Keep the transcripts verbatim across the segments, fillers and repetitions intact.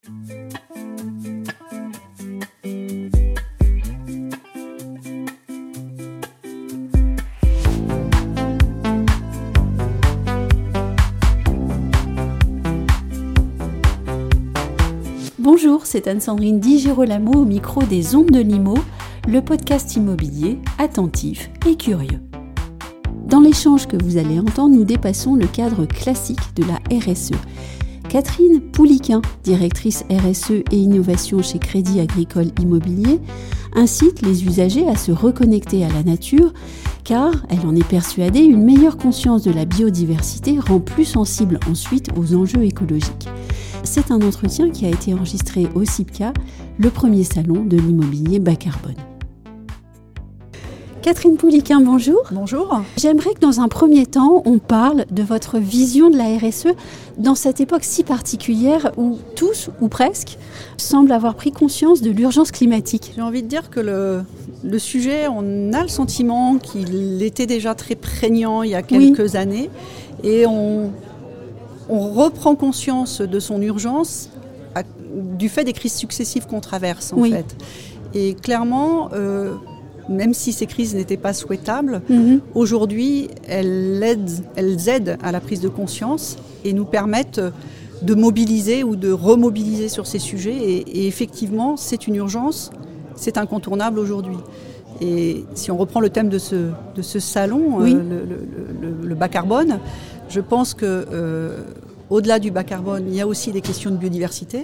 Bonjour, c'est Anne-Sandrine Di Girolamo au micro des Ondes de l'Imo, le podcast immobilier attentif et curieux. Dans l'échange que vous allez entendre, nous dépassons le cadre classique de la R S E. Catherine Pouliquin, directrice R S E et innovation chez Crédit Agricole Immobilier, incite les usagers à se reconnecter à la nature car, elle en est persuadée, une meilleure conscience de la biodiversité rend plus sensible ensuite aux enjeux écologiques. C'est un entretien qui a été enregistré au CIPCA, le premier salon de l'immobilier bas carbone. Catherine Pouliquin, bonjour. Bonjour. J'aimerais que dans un premier temps, on parle de votre vision de la R S E dans cette époque si particulière où tous, ou presque, semblent avoir pris conscience de l'urgence climatique. J'ai envie de dire que le, le sujet, on a le sentiment qu'il était déjà très prégnant il y a quelques oui. années et on... On reprend conscience de son urgence à, du fait des crises successives qu'on traverse, en oui. fait. Et clairement, euh, même si ces crises n'étaient pas souhaitables, mm-hmm. aujourd'hui, elles aident, elles aident à la prise de conscience et nous permettent de mobiliser ou de remobiliser sur ces sujets. Et, et effectivement, c'est une urgence, c'est incontournable aujourd'hui. Et si on reprend le thème de ce, de ce salon, oui. euh, le, le, le, le bas carbone, je pense que euh, au-delà du bas carbone, il y a aussi des questions de biodiversité.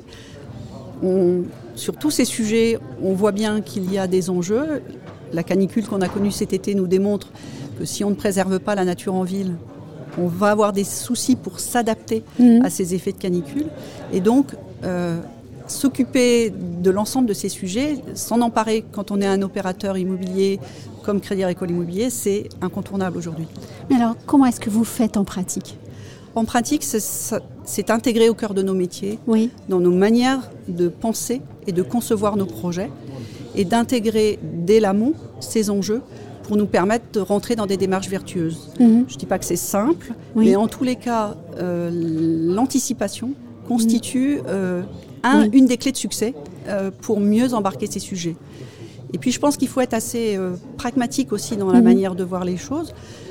On, sur tous ces sujets, on voit bien qu'il y a des enjeux. La canicule qu'on a connue cet été nous démontre que si on ne préserve pas la nature en ville, on va avoir des soucis pour s'adapter mmh. à ces effets de canicule. Et donc, euh, s'occuper de l'ensemble de ces sujets, s'en emparer quand on est un opérateur immobilier comme Crédit Agricole Immobilier, c'est incontournable aujourd'hui. Mais alors, comment est-ce que vous faites en pratique ? En pratique, c'est, c'est intégré au cœur de nos métiers, oui. dans nos manières de penser et de concevoir nos projets, et d'intégrer dès l'amont ces enjeux pour nous permettre de rentrer dans des démarches vertueuses. Mmh. Je ne dis pas que c'est simple, oui. mais en tous les cas, euh, l'anticipation constitue euh, un, oui. une des clés de succès euh, pour mieux embarquer ces sujets. Et puis je pense qu'il faut être assez euh, pragmatique aussi dans la mmh. manière de voir les choses.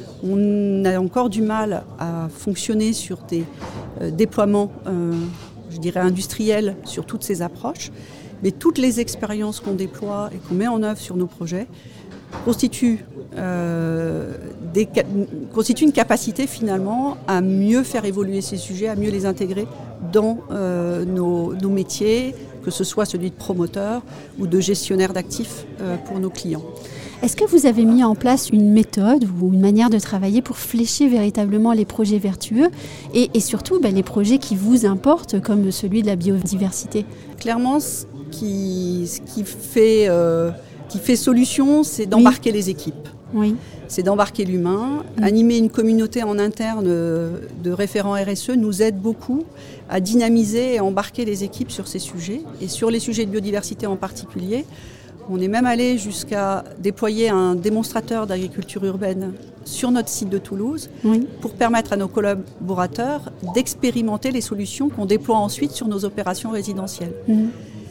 On a encore du mal à fonctionner sur des euh, déploiements, euh, je dirais industriels, sur toutes ces approches. Mais toutes les expériences qu'on déploie et qu'on met en œuvre sur nos projets constituent, euh, des, constituent une capacité finalement à mieux faire évoluer ces sujets, à mieux les intégrer dans euh, nos, nos métiers, que ce soit celui de promoteur ou de gestionnaire d'actifs euh, pour nos clients. Est-ce que vous avez mis en place une méthode ou une manière de travailler pour flécher véritablement les projets vertueux et, et surtout ben, les projets qui vous importent comme celui de la biodiversité ? Clairement, ce qui, ce qui, fait, euh, qui fait solution, c'est d'embarquer oui. les équipes. Oui. C'est d'embarquer l'humain. Mmh. Animer une communauté en interne de référents R S E nous aide beaucoup à dynamiser et embarquer les équipes sur ces sujets. Et sur les sujets de biodiversité en particulier, on est même allé jusqu'à déployer un démonstrateur d'agriculture urbaine sur notre site de Toulouse oui. pour permettre à nos collaborateurs d'expérimenter les solutions qu'on déploie ensuite sur nos opérations résidentielles. Mmh.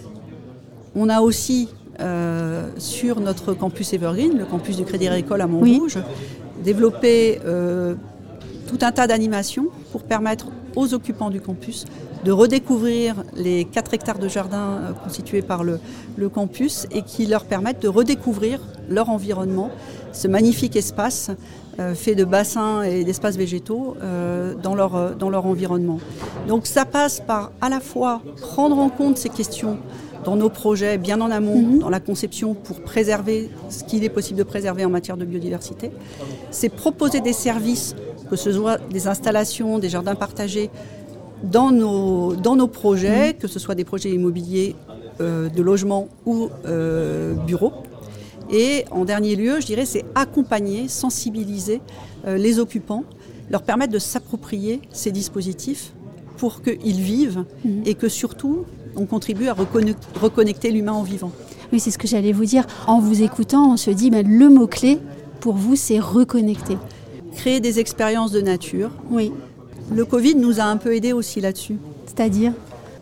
On a aussi, euh, sur notre campus Evergreen, le campus du Crédit Agricole à Montrouge, oui. développé euh, tout un tas d'animations pour permettre aux occupants du campus de redécouvrir les quatre hectares de jardin euh, constitués par le, le campus et qui leur permettent de redécouvrir leur environnement, ce magnifique espace euh, fait de bassins et d'espaces végétaux euh, dans, leur, dans leur environnement. Donc ça passe par à la fois prendre en compte ces questions dans nos projets, bien en amont, mmh. dans la conception pour préserver ce qu'il est possible de préserver en matière de biodiversité. C'est proposer des services, que ce soit des installations, des jardins partagés, dans nos, dans nos projets, mmh. que ce soit des projets immobiliers euh, de logement ou euh, bureaux. Et en dernier lieu, je dirais, c'est accompagner, sensibiliser euh, les occupants, leur permettre de s'approprier ces dispositifs pour qu'ils vivent mmh. et que surtout, on contribue à reconnecter l'humain au vivant. Oui, c'est ce que j'allais vous dire. En vous écoutant, on se dit, ben, le mot-clé pour vous, c'est reconnecter. Créer des expériences de nature. Oui. Le Covid nous a un peu aidés aussi là-dessus. C'est-à-dire ?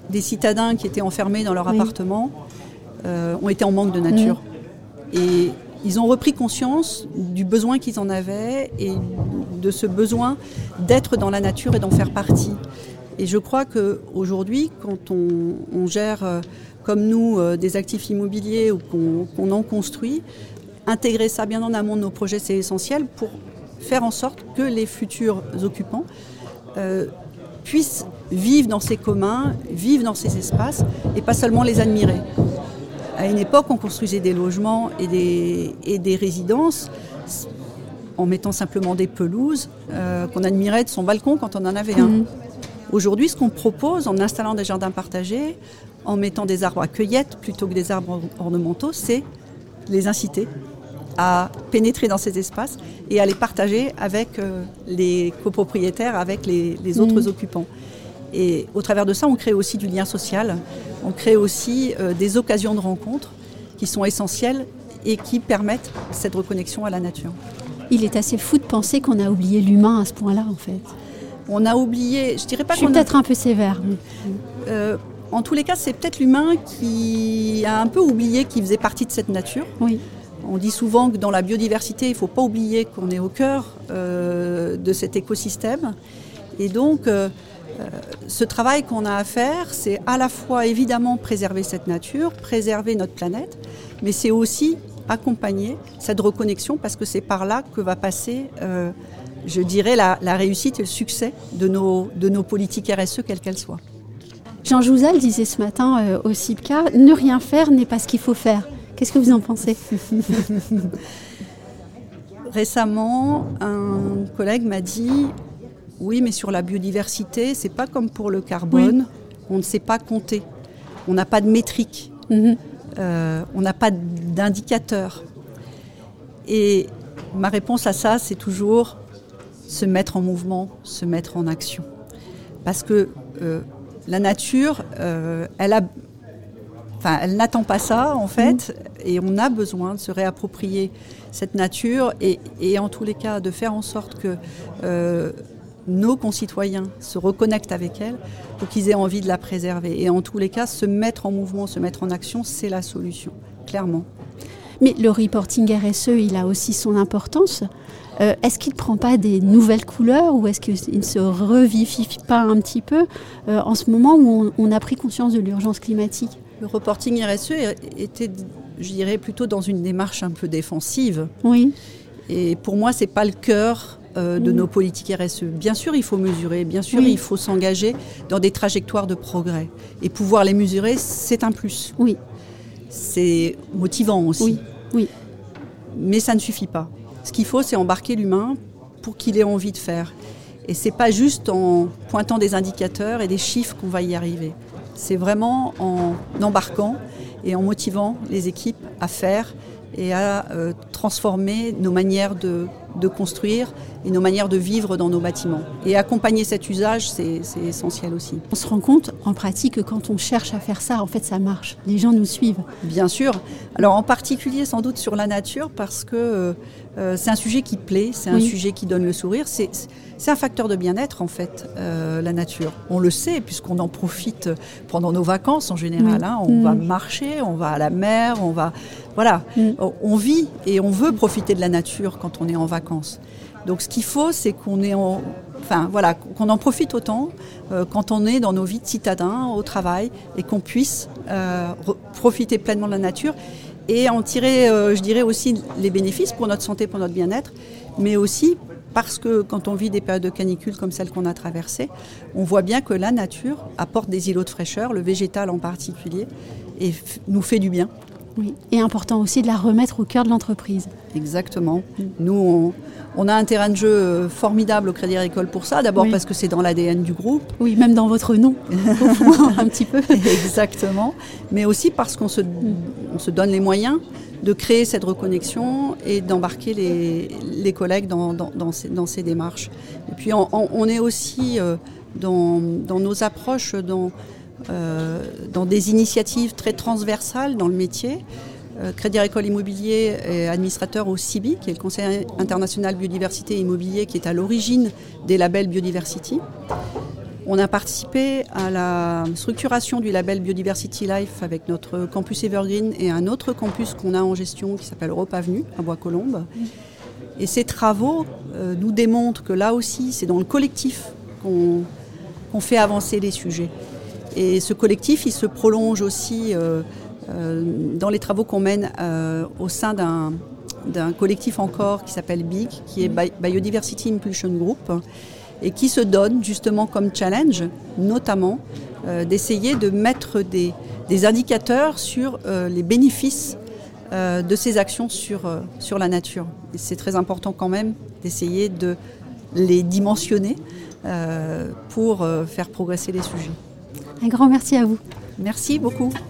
des citadins qui étaient enfermés dans leur oui. appartement euh, ont été en manque de nature. Mmh. Et ils ont repris conscience du besoin qu'ils en avaient et de ce besoin d'être dans la nature et d'en faire partie. Et je crois qu'aujourd'hui, quand on, on gère, euh, comme nous, euh, des actifs immobiliers ou qu'on, qu'on en construit, intégrer ça bien en amont de nos projets, c'est essentiel pour faire en sorte que les futurs occupants euh, puissent vivre dans ces communs, vivre dans ces espaces et pas seulement les admirer. À une époque, on construisait des logements et des, et des résidences en mettant simplement des pelouses euh, qu'on admirait de son balcon quand on en avait un. Mmh. Aujourd'hui, ce qu'on propose en installant des jardins partagés, en mettant des arbres à cueillette plutôt que des arbres ornementaux, c'est les inciter à pénétrer dans ces espaces et à les partager avec euh, les copropriétaires, avec les, les autres mmh. occupants. Et au travers de ça, on crée aussi du lien social, on crée aussi euh, des occasions de rencontres qui sont essentielles et qui permettent cette reconnexion à la nature. Il est assez fou de penser qu'on a oublié l'humain à ce point-là, en fait. On a oublié, je dirais pas je qu'on suis peut-être a... un peu sévère. Mais... Euh, en tous les cas, c'est peut-être l'humain qui a un peu oublié qu'il faisait partie de cette nature. Oui. On dit souvent que dans la biodiversité, il ne faut pas oublier qu'on est au cœur euh, de cet écosystème. Et donc, euh, euh, ce travail qu'on a à faire, c'est à la fois évidemment préserver cette nature, préserver notre planète, mais c'est aussi accompagner cette reconnexion parce que c'est par là que va passer, euh, je dirais, la, la réussite et le succès de nos, de nos politiques R S E, quelles qu'elles soient. Jean Jouzel disait ce matin euh, au C I P C A, ne rien faire n'est pas ce qu'il faut faire. Qu'est-ce que vous en pensez ? Récemment, un collègue m'a dit « Oui, mais sur la biodiversité, c'est pas comme pour le carbone, oui. on ne sait pas compter, on n'a pas de métrique, mm-hmm. euh, on n'a pas d'indicateur. » Et ma réponse à ça, c'est toujours se mettre en mouvement, se mettre en action. Parce que euh, la nature, euh, elle a... Enfin, elle n'attend pas ça, en fait, mmh. et on a besoin de se réapproprier cette nature et, et en tous les cas de faire en sorte que euh, nos concitoyens se reconnectent avec elle pour qu'ils aient envie de la préserver. Et en tous les cas, se mettre en mouvement, se mettre en action, c'est la solution, clairement. Mais le reporting R S E, il a aussi son importance. Euh, est-ce qu'il ne prend pas des nouvelles couleurs ou est-ce qu'il ne se revivifie pas un petit peu euh, en ce moment où on, on a pris conscience de l'urgence climatique ? Le reporting R S E était, je dirais, plutôt dans une démarche un peu défensive. Oui. Et pour moi, ce n'est pas le cœur euh, de mmh. nos politiques R S E. Bien sûr, il faut mesurer, bien sûr, oui. il faut s'engager dans des trajectoires de progrès. Et pouvoir les mesurer, c'est un plus. Oui. C'est motivant aussi. Oui. Oui. Mais ça ne suffit pas. Ce qu'il faut, c'est embarquer l'humain pour qu'il ait envie de faire. Et ce n'est pas juste en pointant des indicateurs et des chiffres qu'on va y arriver. C'est vraiment en embarquant et en motivant les équipes à faire et à euh, transformer nos manières de, de construire et nos manières de vivre dans nos bâtiments. Et accompagner cet usage, c'est, c'est essentiel aussi. On se rend compte en pratique que quand on cherche à faire ça, en fait, ça marche. Les gens nous suivent. Bien sûr. Alors en particulier sans doute sur la nature parce que euh, c'est un sujet qui plaît, c'est un oui. sujet qui donne le sourire. C'est, c'est un facteur de bien-être en fait, euh, la nature. On le sait puisqu'on en profite pendant nos vacances en général. Oui. Hein. On mmh. va marcher, on va à la mer, on va... Voilà, mmh. on vit et on veut profiter de la nature quand on est en vacances. Donc ce qu'il faut, c'est qu'on est en, enfin voilà, qu'on en profite autant euh, quand on est dans nos vies de citadins au travail et qu'on puisse euh, re- profiter pleinement de la nature et en tirer, euh, je dirais aussi les bénéfices pour notre santé, pour notre bien-être, mais aussi parce que quand on vit des périodes de canicule comme celle qu'on a traversée, on voit bien que la nature apporte des îlots de fraîcheur, le végétal en particulier, et f- nous fait du bien. Oui, et important aussi de la remettre au cœur de l'entreprise. Exactement. Nous, on, on a un terrain de jeu formidable au Crédit Agricole pour ça. D'abord oui. parce que c'est dans l'A D N du groupe. Oui, même dans votre nom, au fond, un petit peu. Exactement. Mais aussi parce qu'on se, on se donne les moyens de créer cette reconnexion et d'embarquer les, les collègues dans, dans, dans, ces, dans ces démarches. Et puis, on, on est aussi euh, dans, dans nos approches, dans... Euh, dans des initiatives très transversales dans le métier. Euh, Crédit Agricole Immobilier est administrateur au C I B I, qui est le Conseil international biodiversité et immobilier, qui est à l'origine des labels Biodiversity. On a participé à la structuration du label Biodiversity Life avec notre campus Evergreen et un autre campus qu'on a en gestion qui s'appelle Europe Avenue à Bois-Colombes. Et ces travaux euh, nous démontrent que là aussi, c'est dans le collectif qu'on, qu'on fait avancer les sujets. Et ce collectif, il se prolonge aussi euh, euh, dans les travaux qu'on mène euh, au sein d'un, d'un collectif encore qui s'appelle B I G, qui est Biodiversity Impulsion Group, et qui se donne justement comme challenge, notamment, euh, d'essayer de mettre des, des indicateurs sur euh, les bénéfices euh, de ces actions sur, euh, sur la nature. Et c'est très important quand même d'essayer de les dimensionner euh, pour euh, faire progresser les sujets. Un grand merci à vous. Merci beaucoup.